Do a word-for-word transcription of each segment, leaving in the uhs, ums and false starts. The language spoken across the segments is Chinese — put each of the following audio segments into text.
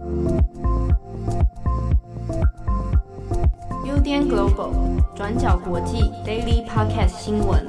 U D N Global 转角国际 Daily Podcast 新闻。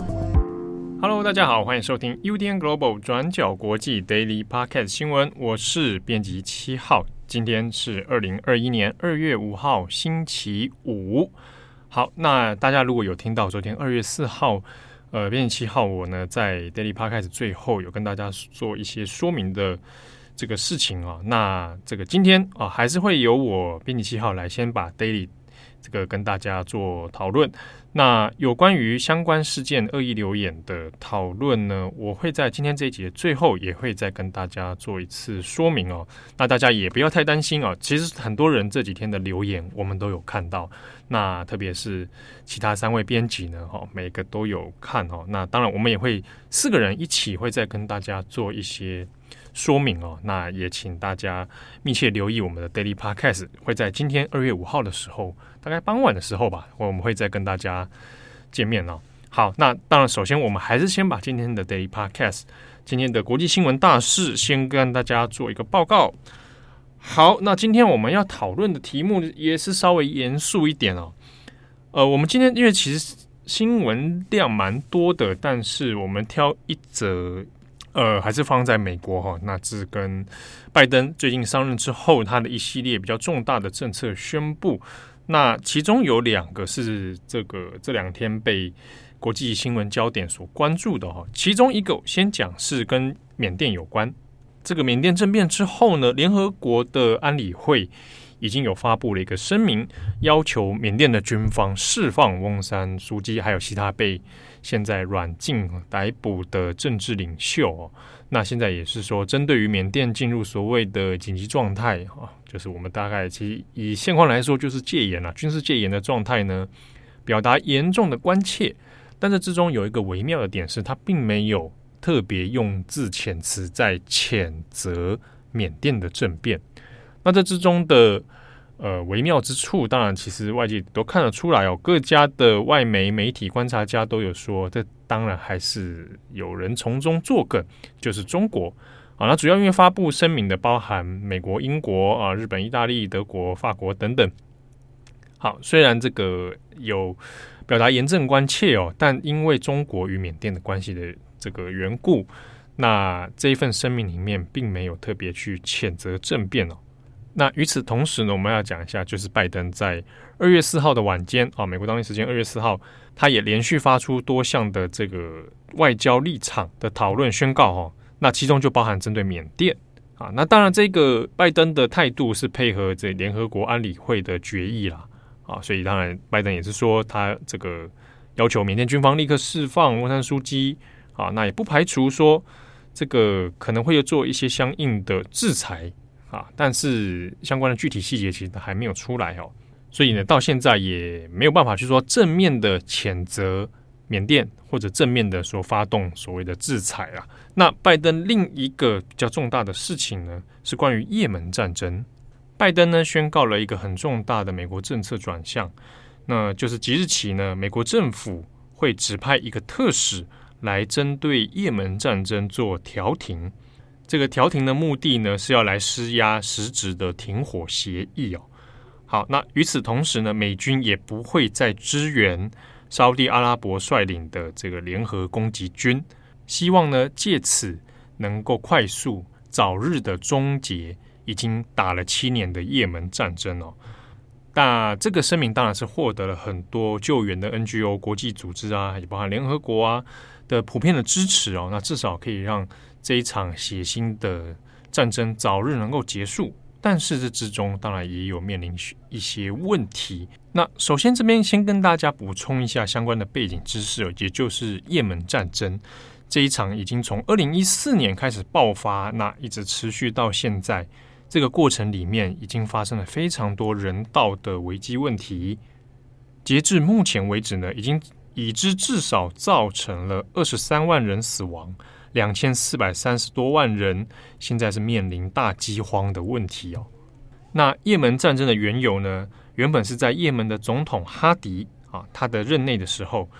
Hello， 大家好，欢迎收听 U D N Global 转角国际 Daily Podcast 新闻，我是编辑七号，今天是二零二一年二月五号，星期五。好，那大家如果有听到昨天二月四号，呃，编辑七号我呢在 Daily Podcast 最后有跟大家做一些说明的这个事情啊，那这个今天啊还是会由我编辑七号来先把 Daily 这个跟大家做讨论。那有关于相关事件恶意留言的讨论呢，我会在今天这一集的最后也会再跟大家做一次说明哦。那大家也不要太担心哦，其实很多人这几天的留言我们都有看到，那特别是其他三位编辑呢，哈，每个都有看哦。那当然我们也会四个人一起会再跟大家做一些说明哦。那也请大家密切留意我们的 Daily Podcast， 会在今天二月五号的时候，大概傍晚的时候吧，我们会再跟大家见面哦。好，那当然首先我们还是先把今天的 Daily Podcast 今天的国际新闻大事先跟大家做一个报告。好，那今天我们要讨论的题目也是稍微严肃一点哦。呃，我们今天因为其实新闻量蛮多的，但是我们挑一则呃，还是放在美国哈，那是跟拜登最近上任之后，他的一系列比较重大的政策宣布。那其中有两个是这个这两天被国际新闻焦点所关注的哈。其中一个先讲是跟缅甸有关。这个缅甸政变之后呢，联合国的安理会已经有发布了一个声明，要求缅甸的军方释放翁山书记，还有其他被现在软禁逮捕的政治领袖哦。那现在也是说，针对于缅甸进入所谓的紧急状态啊，就是我们大概其实以现况来说，就是戒严啊，军事戒严的状态呢，表达严重的关切。但这之中有一个微妙的点是，他并没有特别用字遣词在谴责缅甸的政变。那这之中的呃微妙之处，当然其实外界都看得出来哦。各家的外媒媒体观察家都有说，这当然还是有人从中作梗，就是中国啊。那主要因为发布声明的包含美国、英国啊、日本、意大利、德国、法国等等。好，虽然这个有表达严正关切哦，但因为中国与缅甸的关系的这个缘故，那这一份声明里面并没有特别去谴责政变哦。那与此同时呢，我们要讲一下，就是拜登在二月四号的晚间啊，美国当地时间二月四号，他也连续发出多项的这个外交立场的讨论宣告哦。那其中就包含针对缅甸啊，那当然这个拜登的态度是配合这联合国安理会的决议啦啊，所以当然拜登也是说他这个要求缅甸军方立刻释放翁山书记啊，那也不排除说这个可能会有做一些相应的制裁。啊，但是相关的具体细节其实还没有出来哦，所以呢，到现在也没有办法去说正面的谴责缅甸，或者正面的说发动所谓的制裁啦。那拜登另一个比较重大的事情呢，是关于也门战争。拜登呢宣告了一个很重大的美国政策转向，那就是即日起呢，美国政府会指派一个特使来针对也门战争做调停。这个调停的目的呢，是要来施压实质的停火协议哦。好，那与此同时呢，美军也不会再支援沙烏地阿拉伯率领的这个联合攻击军，希望呢借此能够快速早日的终结已经打了七年的也门战争哦。那这个声明当然是获得了很多救援的 N G O 国际组织啊，也包含联合国啊的普遍的支持哦。那至少可以让这一场血腥的战争早日能够结束，但是这之中当然也有面临一些问题。那首先这边先跟大家补充一下相关的背景知识，也就是也门战争这一场已经从二零一四年开始爆发，那一直持续到现在，这个过程里面已经发生了非常多人道的危机问题。截至目前为止呢，已经已知至少造成了二十三万人死亡，两千四百三十多万人现在是面临大饥荒的问题哦。那也门战争的缘由呢，原本是在也门的总统哈迪啊，他的任内的时候，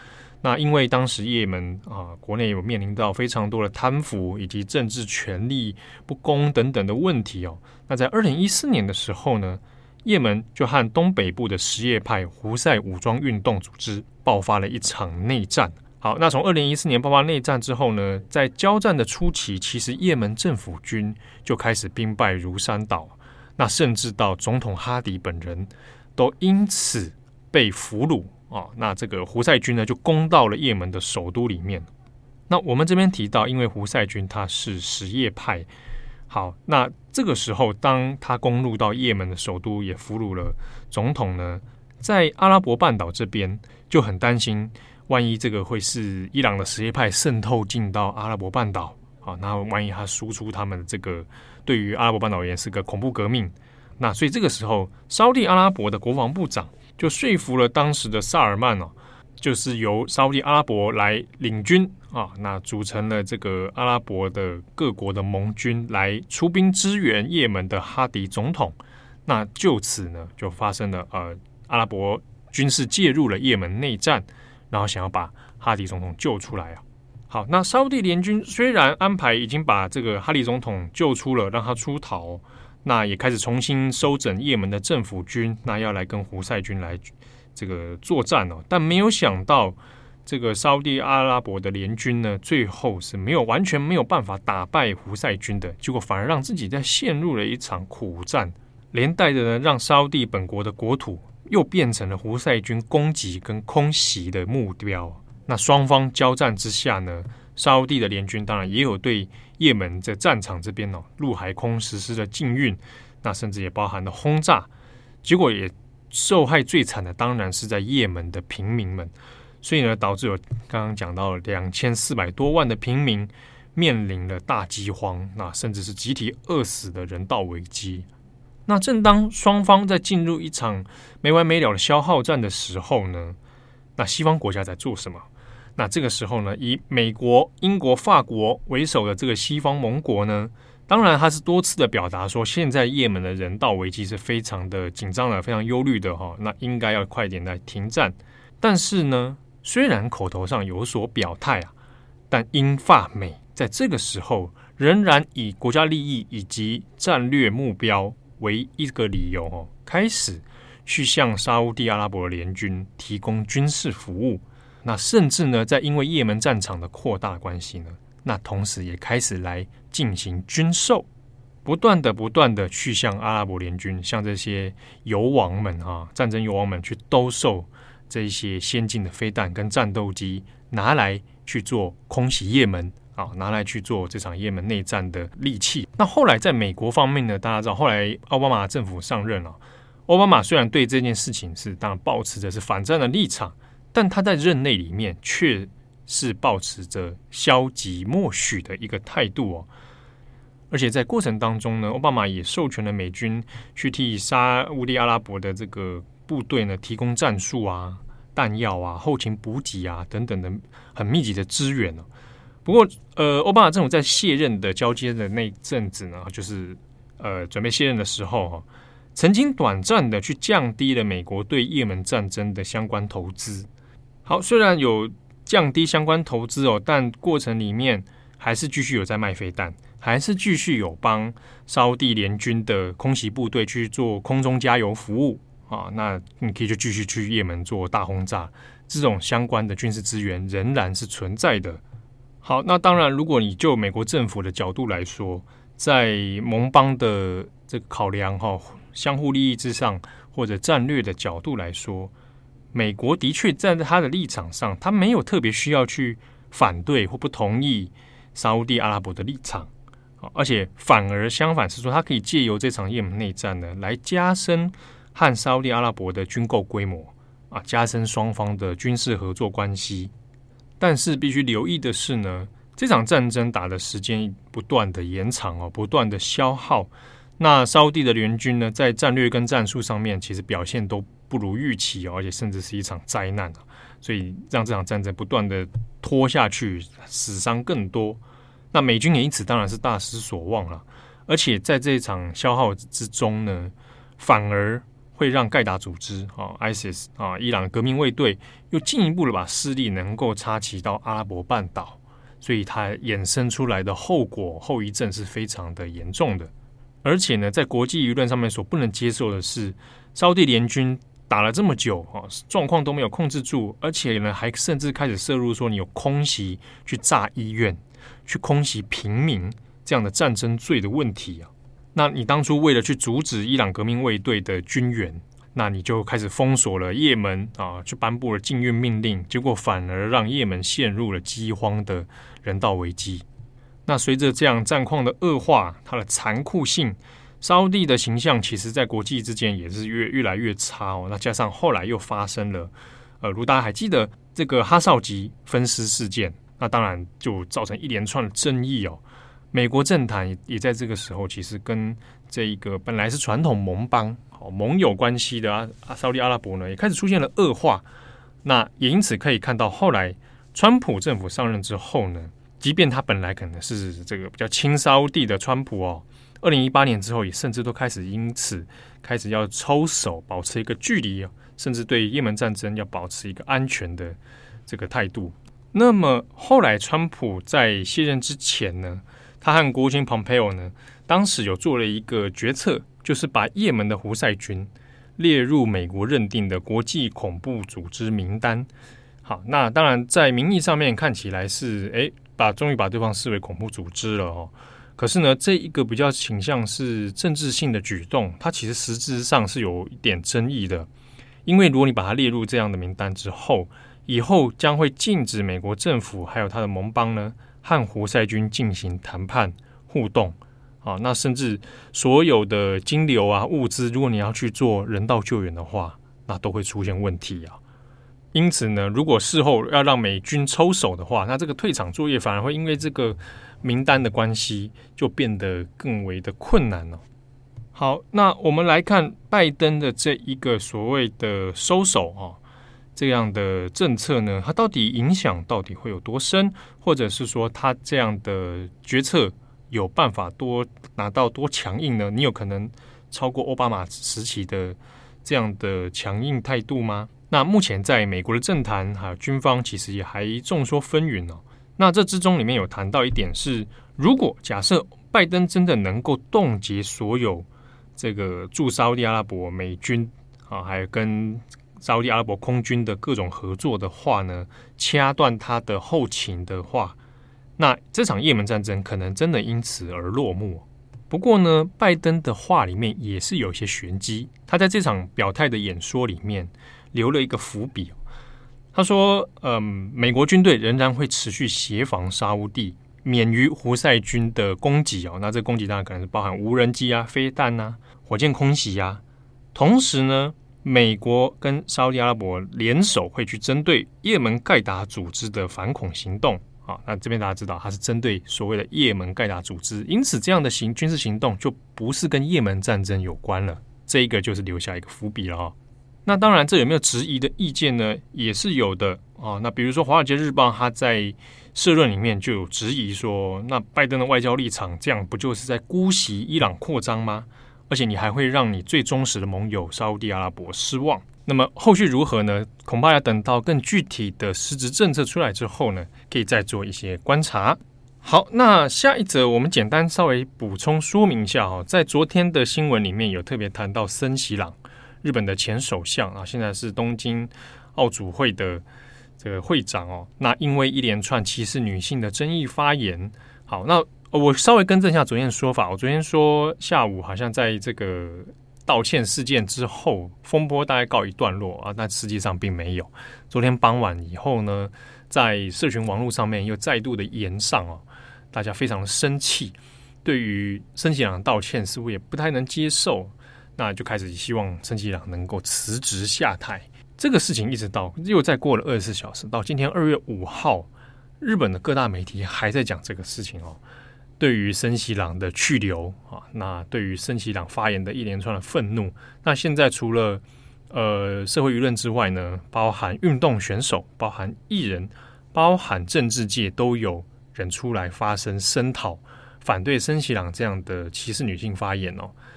那因为当时也门啊，国内有面临到非常多的贪腐以及政治权力不公等等的问题哦。那在二零一四年的时候呢，也门就和东北部的什叶派胡塞武装运动组织爆发了一场内战。好，那从二零一四年爆发内战之后呢，在交战的初期，其实也门政府军就开始兵败如山倒，那甚至到总统哈迪本人都因此被俘虏啊。那这个胡塞军呢，就攻到了也门的首都里面。那我们这边提到，因为胡塞军他是什叶派，好，那这个时候当他攻入到也门的首都，也俘虏了总统呢，在阿拉伯半岛这边就很担心。万一这个会是伊朗的什叶派渗透进到阿拉伯半岛，好，那万一他输出他们的这个对于阿拉伯半岛而言是个恐怖革命，那所以这个时候，沙地阿拉伯的国防部长就说服了当时的萨尔曼哦，就是由沙地阿拉伯来领军啊，那组成了这个阿拉伯的各国的盟军来出兵支援也门的哈迪总统。那就此呢，就发生了呃，阿拉伯军事介入了也门内战。然后想要把哈迪总统救出来啊！好，那沙地联军虽然安排已经把这个哈迪总统救出了，让他出逃，那也开始重新收整也门的政府军，那要来跟胡塞军来这个作战哦。但没有想到，这个沙地阿拉伯的联军呢，最后是没有完全没有办法打败胡塞军的，结果反而让自己在陷入了一场苦战，连带的呢，让沙地本国的国土又变成了胡塞军攻击跟空袭的目标。那双方交战之下呢，沙地的联军当然也有对也门在战场这边哦，陆海空实施了禁运，那甚至也包含了轰炸。结果也受害最惨的当然是在也门的平民们，所以呢，导致有刚刚讲到两千四百多万的平民面临了大饥荒，那甚至是集体饿死的人道危机。那正当双方在进入一场没完没了的消耗战的时候呢，那西方国家在做什么？那这个时候呢，以美国、英国、法国为首的这个西方盟国呢，当然他是多次的表达说，现在也门的人道危机是非常的紧张的，非常忧虑的哈，那应该要快点来停战。但是呢，虽然口头上有所表态啊，但英法美在这个时候仍然以国家利益以及战略目标为一个理由哦，开始去向沙烏地阿拉伯联军提供军事服务。那甚至呢，在因为也门战场的扩大关系呢，那同时也开始来进行军售，不断的不断的去向阿拉伯联军，向这些油王们啊，战争油王们去兜售这一些先进的飞弹跟战斗机，拿来去做空袭也门啊，拿来去做这场也门内战的利器。那后来在美国方面呢，大家知道，后来奥巴马政府上任了，奥巴马虽然对这件事情是当然抱持着是反战的立场，但他在任内里面却是抱持着消极默许的一个态度哦。而且在过程当中呢，奥巴马也授权了美军去替沙烏地阿拉伯的这个部队呢提供战术啊、弹药啊、后勤补给啊等等的很密集的支援哦。不过，呃，奥巴马政府在卸任的交接的那阵子呢，就是呃准备卸任的时候哈、哦，曾经短暂的去降低了美国对也门战争的相关投资。好，虽然有降低相关投资哦，但过程里面还是继续有在卖飞弹，还是继续有帮沙烏地联军的空袭部队去做空中加油服务啊。那你可以就继续去也门做大轰炸，这种相关的军事资源仍然是存在的。好，那当然，如果你就美国政府的角度来说，在盟邦的这个考量哈、哦，相互利益之上，或者战略的角度来说，美国的确站在他的立场上，他没有特别需要去反对或不同意沙烏地阿拉伯的立场，而且反而相反是说，他可以借由这场也门内战呢，来加深和沙烏地阿拉伯的军购规模啊，加深双方的军事合作关系。但是必须留意的是呢，这场战争打的时间不断的延长哦，不断的消耗。那沙烏地的联军呢，在战略跟战术上面，其实表现都不如预期哦，而且甚至是一场灾难啊，所以让这场战争不断的拖下去，死伤更多。那美军也因此当然是大失所望了，而且在这场消耗之中呢，反而会让盖达组织、啊、I S I S 啊，伊朗革命卫队又进一步的把势力能够插旗到阿拉伯半岛，所以它衍生出来的后果后遗症是非常的严重的。而且呢，在国际舆论上面所不能接受的是，沙地联军打了这么久，状况都没有控制住，而且呢，还甚至开始涉入说你有空袭去炸医院、去空袭平民这样的战争罪的问题啊。那你当初为了去阻止伊朗革命卫队的军援，那你就开始封锁了也门啊，去颁布了禁运命令，结果反而让也门陷入了饥荒的人道危机。那随着这样战况的恶化，它的残酷性，沙烏地的形象其实在国际之间也是越越来越差哦。那加上后来又发生了，呃，如大家还记得这个哈绍吉分尸事件，那当然就造成一连串的争议哦。美国政坛也在这个时候，其实跟这一个本来是传统盟邦、好盟友关系的啊沙烏地阿拉伯呢，也开始出现了恶化。那也因此可以看到，后来川普政府上任之后呢，即便他本来可能是这个比较亲沙烏地的川普哦，二零一八年之后也甚至都开始因此开始要抽手，保持一个距离，甚至对也门战争要保持一个安全的这个态度。那么后来川普在卸任之前呢，他和国务卿 Pompeo 呢，当时有做了一个决策，就是把也门的胡塞军列入美国认定的国际恐怖组织名单。好，那当然在名义上面看起来是，哎，把终于把对方视为恐怖组织了哦。可是呢，这一个比较倾向是政治性的举动，它其实实质上是有一点争议的。因为如果你把它列入这样的名单之后，以后将会禁止美国政府还有他的盟邦呢，和胡塞军进行谈判互动啊，那甚至所有的金流啊、物资，如果你要去做人道救援的话，那都会出现问题啊。因此呢，如果事后要让美军抽手的话，那这个退场作业反而会因为这个名单的关系，就变得更为的困难了。好，那我们来看拜登的这一个所谓的收手啊，这样的政策呢，它到底影响到底会有多深，或者是说他这样的决策有办法多拿到多强硬呢？你有可能超过奥巴马时期的这样的强硬态度吗？那目前在美国的政坛还有军方其实也还众说纷纭哦。那这之中里面有谈到一点是，如果假设拜登真的能够冻结所有这个驻沙烏地阿拉伯美军啊，还有跟沙烏地阿拉伯空军的各种合作的话呢，掐断他的后勤的话，那这场也门战争可能真的因此而落幕。不过呢，拜登的话里面也是有一些玄机，他在这场表态的演说里面留了一个伏笔。他说，嗯，美国军队仍然会持续协防沙烏地，免于胡塞军的攻击哦。那这个攻击当然可能是包含无人机啊、飞弹啊、火箭空袭啊。同时呢，美国跟沙烏地阿拉伯联手会去针对也门盖达组织的反恐行动。好，那这边大家知道，它是针对所谓的也门盖达组织，因此这样的行军事行动就不是跟也门战争有关了。这一个就是留下一个伏笔了哈、哦。那当然，这有没有质疑的意见呢？也是有的啊。那比如说，《华尔街日报》它在社论里面就有质疑说，那拜登的外交立场这样不就是在姑息伊朗扩张吗？而且你还会让你最忠实的盟友沙烏地阿拉伯失望。那么后续如何呢？恐怕要等到更具体的实质政策出来之后呢，可以再做一些观察。好，那下一则我们简单稍微补充说明一下哈，在昨天的新闻里面有特别谈到森喜朗，日本的前首相啊，现在是东京奥组会的这个会长哦。那因为一连串歧视女性的争议发言，好，那我稍微更正一下昨天的说法。我昨天说下午好像在这个道歉事件之后，风波大概告一段落啊，但实际上并没有。昨天傍晚以后呢，在社群网络上面又再度的延上哦，大家非常的生气，对于森喜朗的道歉似乎也不太能接受，那就开始希望森喜朗能够辞职下台。这个事情一直到又再过了二十四小时，到今天二月五号，日本的各大媒体还在讲这个事情哦。对于森喜朗的去留啊，那对于森喜朗发言的一连串的愤怒，那现在除了呃社会舆论之外呢，包含运动选手、包含艺人、包含政治界都有人出来发声声讨，反对森喜朗这样的歧视女性发言哦。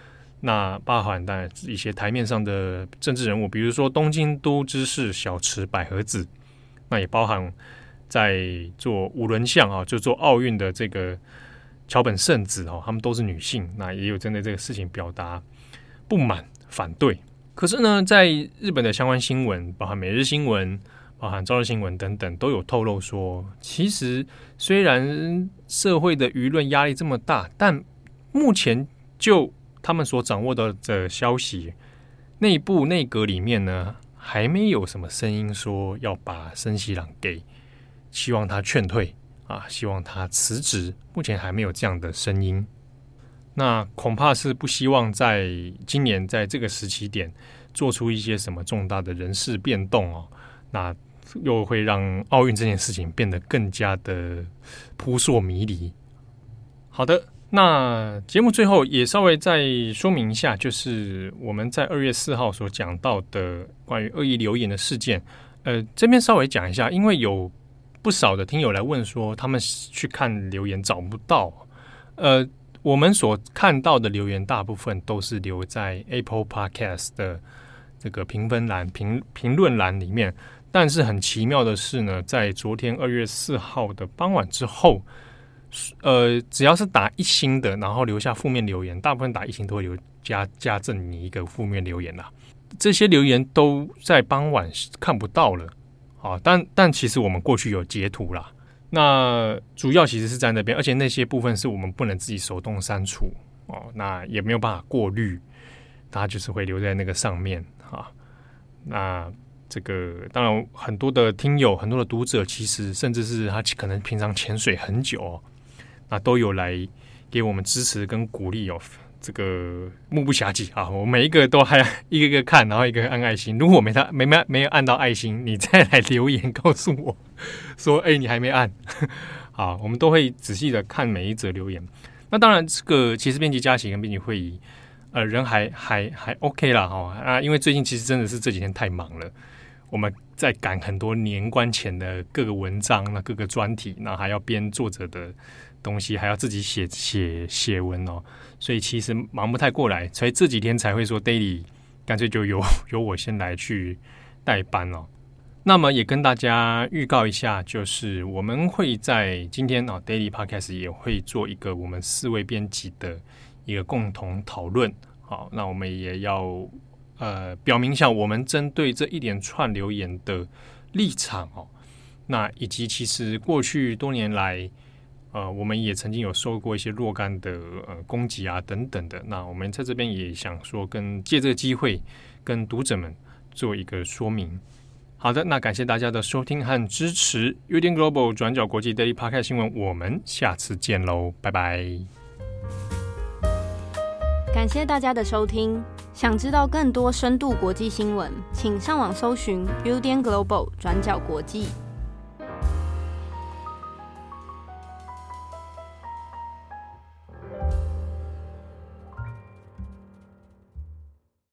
那包含当然一些台面上的政治人物，比如说东京都知事小池百合子，那也包含在做五轮项啊，就做奥运的这个桥本圣子哦，他们都是女性，那也有针对这个事情表达不满、反对。可是呢，在日本的相关新闻，包含每日新闻、包含朝日新闻等等，都有透露说，其实虽然社会的舆论压力这么大，但目前就他们所掌握到的消息，内部内阁里面呢，还没有什么声音说要把森喜朗给希望他劝退啊，希望他辞职，目前还没有这样的声音。那恐怕是不希望在今年在这个时期点做出一些什么重大的人事变动哦，那又会让奥运这件事情变得更加的扑朔迷离。好的。那节目最后也稍微再说明一下，就是我们在二月四号所讲到的关于恶意留言的事件，呃，这边稍微讲一下，因为有不少的听友来问说，他们去看留言找不到，呃，我们所看到的留言大部分都是留在 Apple Podcast 的这个评分栏、评评论栏里面，但是很奇妙的是呢，在昨天二月四号的傍晚之后。呃，只要是打一星的，然后留下负面留言，大部分打一星都会留加加赠你一个负面留言啦。这些留言都在傍晚看不到了，啊，但但其实我们过去有截图啦。那主要其实是在那边，而且那些部分是我们不能自己手动删除哦，那也没有办法过滤，它就是会留在那个上面啊。那这个当然很多的听友、很多的读者，其实甚至是他可能平常潜水很久哦。那都有来给我们支持跟鼓励哦，这个目不暇接啊！我每一个都还一个一个看，然后一个按爱心。如果没他没没没有按到爱心，你再来留言告诉我说：“哎、欸，你还没按。”好，我们都会仔细的看每一则留言。那当然，这个其实编辑佳琪跟编辑会议，呃，人还还还 OK 啦哈、哦、啊，因为最近其实真的是这几天太忙了，我们在赶很多年关前的各个文章、那各个专题，那还要编作者的东西，还要自己写写写文哦，所以其实忙不太过来，所以这几天才会说 daily 干脆就由由我先来去代班哦。那么也跟大家预告一下，就是我们会在今天哦 daily podcast 也会做一个我们四位编辑的一个共同讨论。好，那我们也要呃表明一下我们针对这一连串留言的立场哦。那以及其实过去多年来。呃，我们也曾经有受过一些若干的呃攻击啊等等的，那我们在这边也想说，跟借这个机会跟读者们做一个说明。好的，那感谢大家的收听和支持 ，U D N Global 转角国际 Daily Podcast 新闻，我们下次见喽，拜拜。 感谢大家的收听，想知道更多深度国际新闻，请上网搜寻 U D N Global 转角国际。